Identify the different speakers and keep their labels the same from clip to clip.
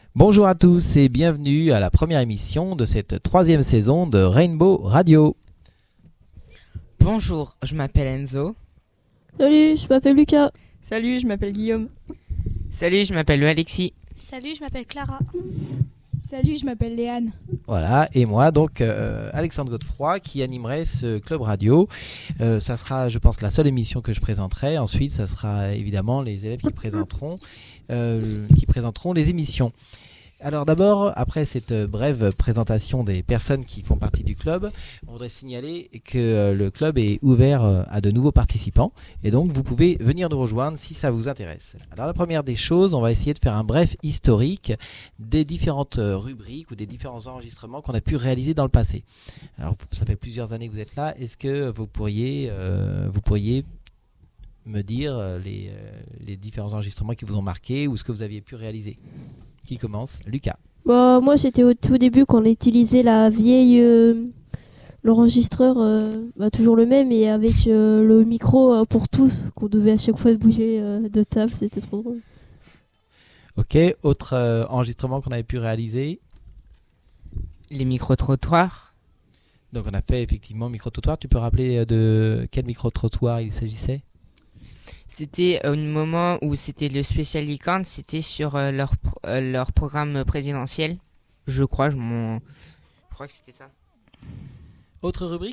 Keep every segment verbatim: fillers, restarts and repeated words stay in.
Speaker 1: Bonjour à tous et bienvenue à la première émission de cette troisième saison de Rainbow Radio.
Speaker 2: Bonjour, je m'appelle Enzo.
Speaker 3: Salut, je m'appelle Lucas.
Speaker 4: Salut, je m'appelle Guillaume.
Speaker 2: Salut, je m'appelle Alexis.
Speaker 5: Salut, je m'appelle Clara.
Speaker 6: Salut, je m'appelle Léane.
Speaker 1: Voilà, et moi donc euh, Alexandre Godefroy qui animerai ce club radio. Euh, ça sera, je pense, la seule émission que je présenterai. Ensuite, ça sera évidemment les élèves qui présenteront, euh, qui présenteront les émissions. Alors d'abord, après cette brève présentation des personnes qui font partie du club, on voudrait signaler que euh, le club est ouvert euh, à de nouveaux participants et donc vous pouvez venir nous rejoindre si ça vous intéresse. Alors la première des choses, on va essayer de faire un bref historique des différentes euh, rubriques ou des différents enregistrements qu'on a pu réaliser dans le passé. Alors ça fait plusieurs années que vous êtes là, est-ce que vous pourriez, euh, vous pourriez me dire euh, les, euh, les différents enregistrements qui vous ont marqué ou ce que vous aviez pu réaliser ? Qui commence ? Lucas.
Speaker 3: Bah, moi, c'était au tout début quand on utilisait la vieille. Euh, l'enregistreur, euh, bah, toujours le même, et avec euh, le micro euh, pour tous, qu'on devait à chaque fois bouger euh, de table, c'était trop drôle.
Speaker 1: Ok, autre euh, enregistrement qu'on avait pu réaliser ?
Speaker 2: Les micro-trottoirs.
Speaker 1: Donc on a fait effectivement micro-trottoir. Tu peux rappeler euh, de quel micro-trottoir il s'agissait ?
Speaker 2: C'était au moment où c'était le spécial licorne, c'était sur euh, leur, pro- euh, leur programme présidentiel. Je crois, je, m'en... je crois que c'était ça.
Speaker 1: Autre rubrique ?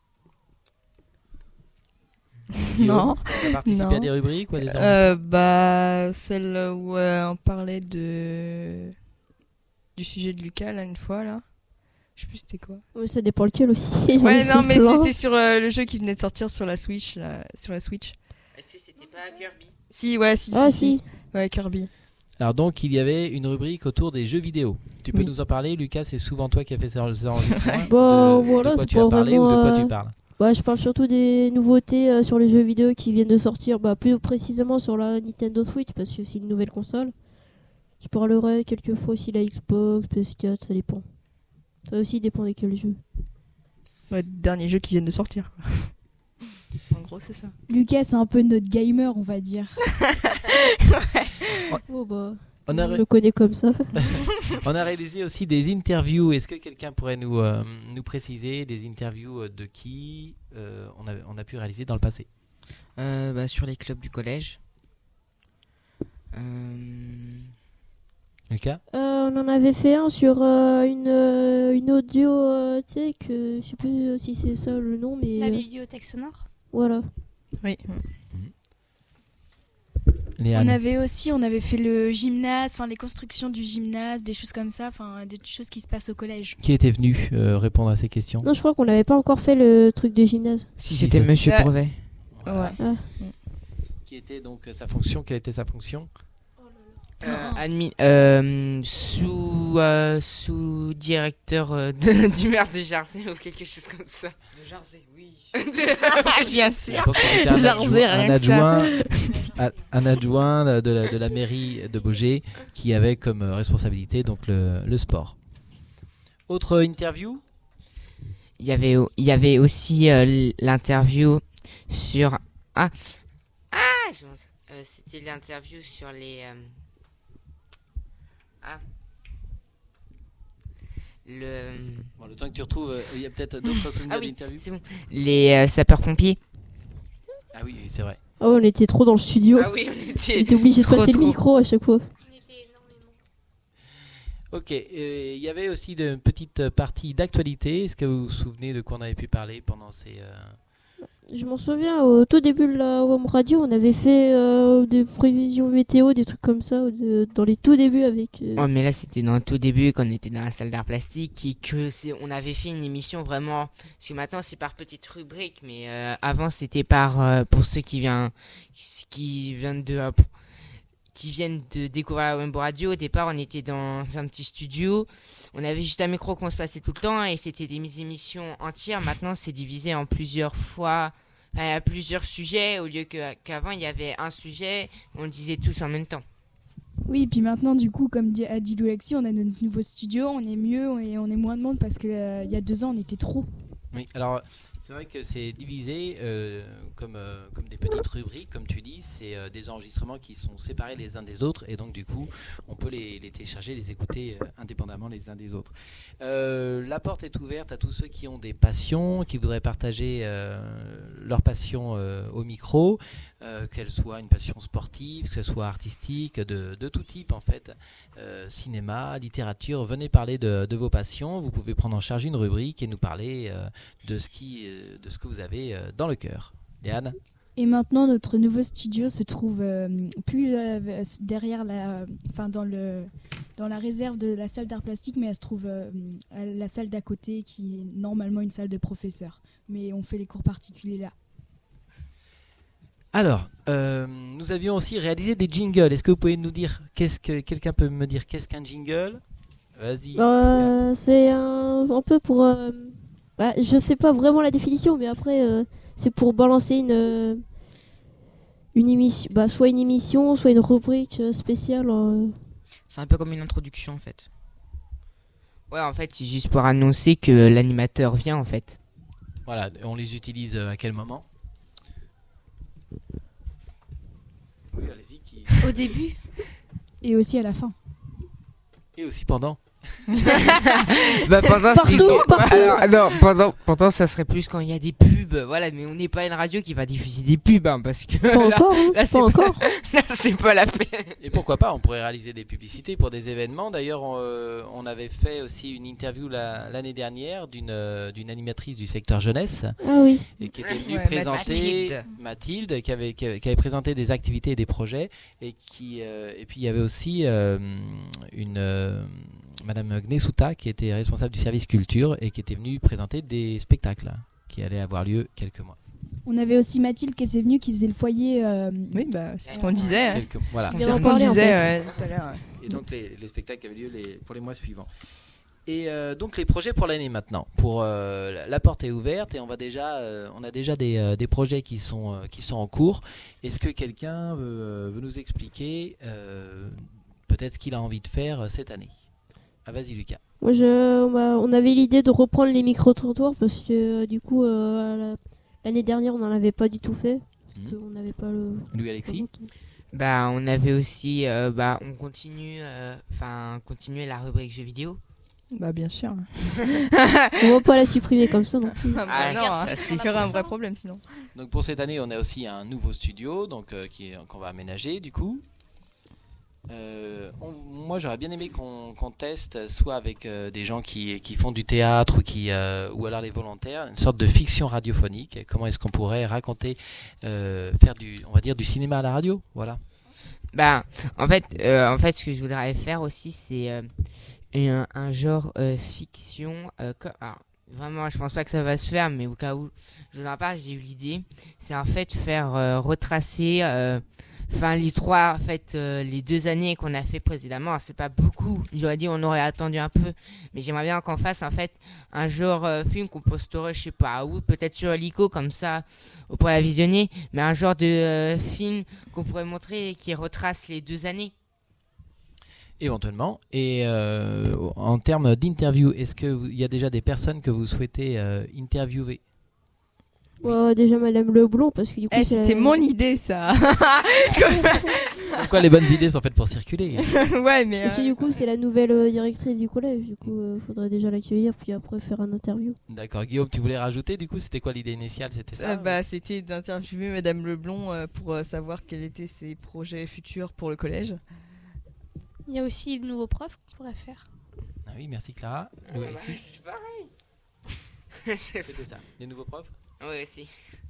Speaker 4: Non.
Speaker 1: Tu as participé
Speaker 4: Non.
Speaker 1: à des rubriques ou à des enregistrements ?
Speaker 4: Euh, bah, celle où euh, on parlait de du sujet de Lucas là une fois là. Je sais plus c'était quoi.
Speaker 3: Ouais, ça dépend lequel aussi. J'en ai
Speaker 4: Ouais,
Speaker 3: fait
Speaker 4: non, mais
Speaker 3: plein.
Speaker 4: c'était sur euh, le jeu qui venait de sortir sur la Switch là, sur la Switch.
Speaker 2: Est-ce que c'était pas Kirby ?
Speaker 4: Si, ouais, si,
Speaker 3: Ah,
Speaker 4: si,
Speaker 3: si.
Speaker 4: si. Ouais, Kirby.
Speaker 1: Alors donc il y avait une rubrique autour des jeux vidéo. Tu peux
Speaker 4: Oui.
Speaker 1: nous en parler, Lucas ? C'est souvent toi qui as fait ces ces enregistrements.
Speaker 3: Bah,
Speaker 1: de,
Speaker 3: voilà,
Speaker 1: de quoi
Speaker 3: c'est
Speaker 1: tu as
Speaker 3: pas
Speaker 1: parlé ou de
Speaker 3: vraiment,
Speaker 1: quoi
Speaker 3: euh,
Speaker 1: tu parles ?
Speaker 3: Bah, je parle surtout des nouveautés euh, sur les jeux vidéo qui viennent de sortir, bah, plus précisément sur la Nintendo Switch, parce que c'est une nouvelle console. Je parlerai quelquefois aussi de la Xbox, P S quatre, ça dépend. Ça aussi dépend de quel jeu.
Speaker 4: Ouais, dernier jeu qui vient de sortir quoi. En gros, c'est ça.
Speaker 6: Lucas, c'est un peu notre gamer, on va dire.
Speaker 3: Oh bah,
Speaker 1: On
Speaker 3: je
Speaker 1: a, ré-
Speaker 3: le connais comme ça.
Speaker 1: on a réalisé aussi des interviews. Est-ce que quelqu'un pourrait nous, euh, nous préciser des interviews de qui euh, on, a, on a pu réaliser dans le passé ?
Speaker 2: Euh, bah, sur les clubs du collège. Euh...
Speaker 1: Lucas ?
Speaker 3: Euh, on en avait fait un sur euh, une, euh, une audio, euh, tu sais, que je sais plus si c'est ça le nom, mais
Speaker 5: La
Speaker 3: euh,
Speaker 5: bibliothèque sonore.
Speaker 3: voilà.
Speaker 4: Oui.
Speaker 1: Léane.
Speaker 6: On avait aussi, on avait fait le gymnase, enfin les constructions du gymnase, des choses comme ça, enfin des choses qui se passent au collège.
Speaker 1: Qui était venu euh, répondre à ces questions ?
Speaker 3: Non, je crois qu'on n'avait pas encore fait le truc de gymnase.
Speaker 2: Si
Speaker 1: Si,
Speaker 2: c'était
Speaker 1: ça-
Speaker 2: Monsieur
Speaker 4: Euh,
Speaker 2: Brevet.
Speaker 1: Voilà.
Speaker 4: Ouais.
Speaker 1: Qui était donc euh, sa fonction ? Quelle était sa fonction ?
Speaker 2: Euh, admin, euh, sous, euh, sous directeur euh, de, du maire de Jersey ou quelque chose comme ça. De Jersey, oui.
Speaker 4: Bien
Speaker 1: Je
Speaker 4: sûr.
Speaker 1: pense que c'était un
Speaker 4: Jersey,
Speaker 1: adjoint,
Speaker 4: rien
Speaker 1: un
Speaker 4: que ça.
Speaker 1: adjoint, un- un adjoint de la, de la mairie de Baugé qui avait comme euh, responsabilité donc le, le sport. Autre interview ?
Speaker 2: Il y avait, il y avait aussi euh, l'interview sur... Ah, ah je pense- euh, c'était l'interview sur les... euh, Ah. Le...
Speaker 1: Bon, le temps que tu retrouves, euh, il y a peut-être d'autres souvenirs
Speaker 2: Ah oui,
Speaker 1: d'interview.
Speaker 2: c'est bon. Les euh, sapeurs-pompiers.
Speaker 1: Ah oui, oui, c'est vrai.
Speaker 3: Ah ouais, on était trop dans le studio.
Speaker 2: Ah oui, on
Speaker 3: On
Speaker 2: était...
Speaker 3: était obligé de
Speaker 2: trop,
Speaker 3: passer
Speaker 2: trop.
Speaker 3: le micro à chaque fois.
Speaker 5: On était énormément.
Speaker 1: Ok, euh, il y avait aussi de petites parties d'actualité. Est-ce que vous vous souvenez de quoi on avait pu parler pendant ces... euh,
Speaker 3: Je m'en souviens, au tout début de la Home Radio, on avait fait euh, des prévisions météo, des trucs comme ça, de- dans les tout débuts avec... euh,
Speaker 2: Oh, mais là, c'était dans le tout début, quand on était dans la salle d'art plastique, et que c'est, on avait fait une émission vraiment, parce que maintenant c'est par petites rubriques, mais euh, avant c'était par, euh, pour ceux qui viennent, qui viennent de, euh, qui viennent de découvrir la Web Radio. Au départ, on était dans un petit studio, on avait juste un micro qu'on se passait tout le temps, et c'était des émissions entières. Maintenant, c'est divisé en plusieurs fois, enfin, il y a plusieurs sujets, au lieu que, qu'avant il y avait un sujet, on le disait tous en même temps.
Speaker 6: Oui, et puis maintenant, du coup, comme dit- a dit Louexi, on a notre nouveau studio, on est mieux et on est moins de monde parce qu'il y a deux ans, on était trop.
Speaker 1: Oui, alors C'est vrai que c'est divisé euh, comme, euh, comme des petites rubriques, comme tu dis, c'est euh, des enregistrements qui sont séparés les uns des autres et donc du coup on peut les, les télécharger, les écouter euh, indépendamment les uns des autres. Euh, la porte est ouverte à tous ceux qui ont des passions, qui voudraient partager euh, leur passion euh, au micro, euh, qu'elle soit une passion sportive, que ce soit artistique, de, de tout type en fait, euh, cinéma, littérature, venez parler de, de vos passions, vous pouvez prendre en charge une rubrique et nous parler euh, de ce qui... Euh, de ce que vous avez euh, dans le cœur. Léane ?
Speaker 6: Et maintenant, notre nouveau studio se trouve euh, plus euh, derrière la, enfin dans le, dans la réserve de la salle d'art plastique, mais elle se trouve euh, à la salle d'à côté, qui est normalement une salle de professeurs. Mais on fait les cours particuliers là.
Speaker 1: Alors, euh, nous avions aussi réalisé des jingles. Est-ce que vous pouvez nous dire, qu'est-ce que quelqu'un peut me dire, qu'est-ce qu'un jingle ? Vas-y.
Speaker 3: Euh, c'est un, un peu pour... Euh, bah, je sais pas vraiment la définition, mais après, euh, c'est pour balancer une, euh, une émission, bah, soit une émission, soit une rubrique euh, spéciale. Euh.
Speaker 2: C'est un peu comme une introduction en fait. Ouais, en fait, c'est juste pour annoncer que l'animateur vient en fait.
Speaker 1: Voilà, on les utilise à quel moment ? Oui, allez-y. Qui...
Speaker 5: Au début.
Speaker 6: Et aussi à la fin.
Speaker 1: Et aussi pendant.
Speaker 2: bah pendant
Speaker 3: Partout,
Speaker 2: c'est...
Speaker 3: partout.
Speaker 2: Alors, non, pendant, pendant ça serait plus quand il y a des pubs, voilà, mais on n'est pas une radio qui va diffuser des pubs, hein, parce que
Speaker 3: Pas
Speaker 2: là,
Speaker 3: encore, hein,
Speaker 2: là, c'est
Speaker 3: pas
Speaker 2: pas-
Speaker 3: encore.
Speaker 2: là, c'est pas la peine.
Speaker 1: Et pourquoi pas, on pourrait réaliser des publicités pour des événements. D'ailleurs, on, euh, on avait fait aussi une interview la- l'année dernière d'une euh, d'une animatrice du secteur jeunesse
Speaker 3: Ah oui.
Speaker 1: et qui était venue
Speaker 4: Ouais,
Speaker 1: présenter
Speaker 2: Mathilde.
Speaker 1: Mathilde, qui avait, qui avait qui avait présenté des activités et des projets et qui euh, et puis il y avait aussi euh, une euh, Madame Gnesuta qui était responsable du service culture et qui était venue présenter des spectacles hein, qui allaient avoir lieu quelques mois.
Speaker 6: On avait aussi Mathilde qui était venue, qui faisait le foyer. euh,
Speaker 4: Oui, bah, c'est ce qu'on disait. hein.
Speaker 1: Quelques- voilà.
Speaker 3: Il
Speaker 4: C'est
Speaker 3: en
Speaker 4: ce qu'on
Speaker 3: parlait, en
Speaker 4: disait
Speaker 3: fait.
Speaker 4: ouais, tout à l'heure. ouais.
Speaker 1: Et donc les, les spectacles qui avaient lieu les, pour les mois suivants. Et euh, donc les projets pour l'année maintenant. Pour euh, la- la porte est ouverte et on va déjà, euh, on a déjà des, euh, des projets qui sont euh, qui sont en cours. Est-ce que quelqu'un veut, euh, veut nous expliquer euh, peut-être ce qu'il a envie de faire euh, cette année ? Ah vas-y Lucas.
Speaker 3: Moi, je, on, m'a- on avait l'idée de reprendre les micro-trottoirs parce que euh, du coup, euh, la- l'année dernière, on n'en avait pas du tout fait. Parce
Speaker 1: Mhm.
Speaker 3: qu'on n'avait pas le.
Speaker 1: Louis Alexis.
Speaker 2: Bah, on avait aussi, euh, bah, on continue, euh, enfin, continuer la rubrique jeux vidéo.
Speaker 4: Bah, bien sûr.
Speaker 3: On va pas la supprimer comme ça non plus.
Speaker 4: Ah, bah,
Speaker 2: Ah,
Speaker 4: non,
Speaker 2: ça,
Speaker 4: hein.
Speaker 2: c'est
Speaker 4: Il y aurait un
Speaker 5: sûr.
Speaker 4: vrai problème sinon.
Speaker 1: Donc pour cette année, on a aussi un nouveau studio donc euh, qui est- qu'on va aménager du coup. Euh, on- moi, j'aurais bien aimé qu'on qu'on teste, soit avec euh, des gens qui, qui font du théâtre ou qui euh, ou alors les volontaires, une sorte de fiction radiophonique. Comment est-ce qu'on pourrait raconter, euh, faire du, on va dire du cinéma à la radio, voilà.
Speaker 2: Bah, en fait, euh, en fait, ce que je voudrais faire aussi, c'est euh, un, un genre euh, fiction. Euh, co- alors, vraiment, je pense pas que ça va se faire, mais au cas où je vous en parle, j'ai eu l'idée. C'est en fait faire euh, retracer, euh, enfin les trois, en fait, euh, les deux années qu'on a fait précédemment. Alors, c'est pas beaucoup. J'aurais dit on aurait attendu un peu, mais j'aimerais bien qu'on fasse en fait un genre euh, film qu'on posterait, je sais pas où, peut-être sur Lico comme ça, on pourrait la visionner, mais un genre de euh, film qu'on pourrait montrer et qui retrace les deux années.
Speaker 1: Éventuellement. Et euh, en termes d'interview, est-ce qu'il y a déjà des personnes que vous souhaitez euh, interviewer?
Speaker 3: Ouais, déjà Madame Leblond parce que du coup.
Speaker 4: Eh,
Speaker 3: c'est la-
Speaker 4: c'était mon idée, ça.
Speaker 1: Pourquoi les bonnes idées sont faites pour circuler?
Speaker 4: Ouais, mais.
Speaker 3: Parce que
Speaker 4: euh,
Speaker 3: du coup, c'est la nouvelle euh, directrice du collège. Du coup, euh, faudrait déjà l'accueillir puis après faire un interview.
Speaker 1: D'accord. Guillaume, tu voulais rajouter du coup, c'était quoi l'idée initiale? C'était ça?
Speaker 4: euh, bah, c'était d'interviewer Madame Leblond euh, pour euh, savoir quels étaient ses projets futurs pour le collège.
Speaker 5: Il y a aussi le nouveau prof qu'on pourrait faire.
Speaker 1: Ah oui, merci Clara. Louis Alexis.
Speaker 2: c'est pareil.
Speaker 1: C'était ça. Les nouveaux profs?
Speaker 2: Oui, aussi.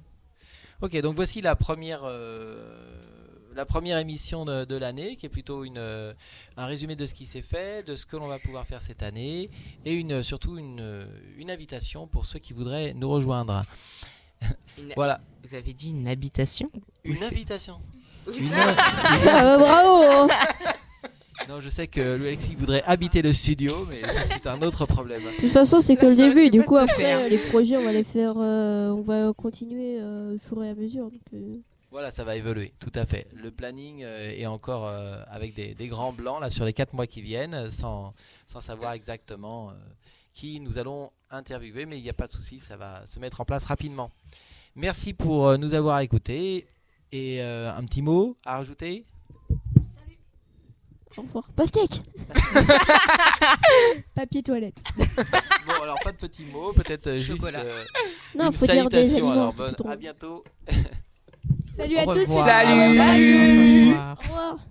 Speaker 1: Ok, donc voici la première, euh, la première émission de, de l'année, qui est plutôt une, euh, un résumé de ce qui s'est fait, de ce que l'on va pouvoir faire cette année, et une, surtout une, euh, une invitation pour ceux qui voudraient nous rejoindre.
Speaker 2: Une-
Speaker 1: Voilà,
Speaker 2: Vous avez dit une habitation?
Speaker 1: une
Speaker 2: c'est-
Speaker 1: invitation.
Speaker 2: Oui,
Speaker 1: Une
Speaker 2: ça.
Speaker 1: in-
Speaker 3: Ah, bah, bravo.
Speaker 1: Non, je sais que Louis Alexis voudrait habiter le studio, mais ça c'est un autre problème.
Speaker 3: De toute façon, c'est que
Speaker 4: Non,
Speaker 3: le
Speaker 4: ça
Speaker 3: début.
Speaker 4: risque
Speaker 3: Du
Speaker 4: pas
Speaker 3: coup,
Speaker 4: de se
Speaker 3: après,
Speaker 4: faire.
Speaker 3: euh, les projets, on va les faire. euh, on va continuer euh, au fur et à mesure. Donc, euh,
Speaker 1: Voilà, ça va évoluer, tout à fait. Le planning euh, est encore euh, avec des, des grands blancs là sur les quatre mois qui viennent, sans, sans savoir exactement euh, qui nous allons interviewer, mais il n'y a pas de souci, ça va se mettre en place rapidement. Merci pour euh, nous avoir écoutés. Et euh, un petit mot à rajouter ?
Speaker 3: Au revoir. Pastèque.
Speaker 6: Papier toilette.
Speaker 1: Bon, alors pas de petits mots, peut-être euh, juste
Speaker 2: Chocolat.
Speaker 1: euh,
Speaker 3: Non,
Speaker 1: une
Speaker 3: faut dire des
Speaker 1: salutation.
Speaker 3: aliments.
Speaker 1: Alors,
Speaker 3: c'est
Speaker 1: bonne,
Speaker 3: plus drôle.
Speaker 1: à bientôt.
Speaker 6: Salut
Speaker 2: Au
Speaker 6: à tous.
Speaker 2: revoir.
Speaker 4: Salut.
Speaker 2: Au revoir.
Speaker 3: Au revoir.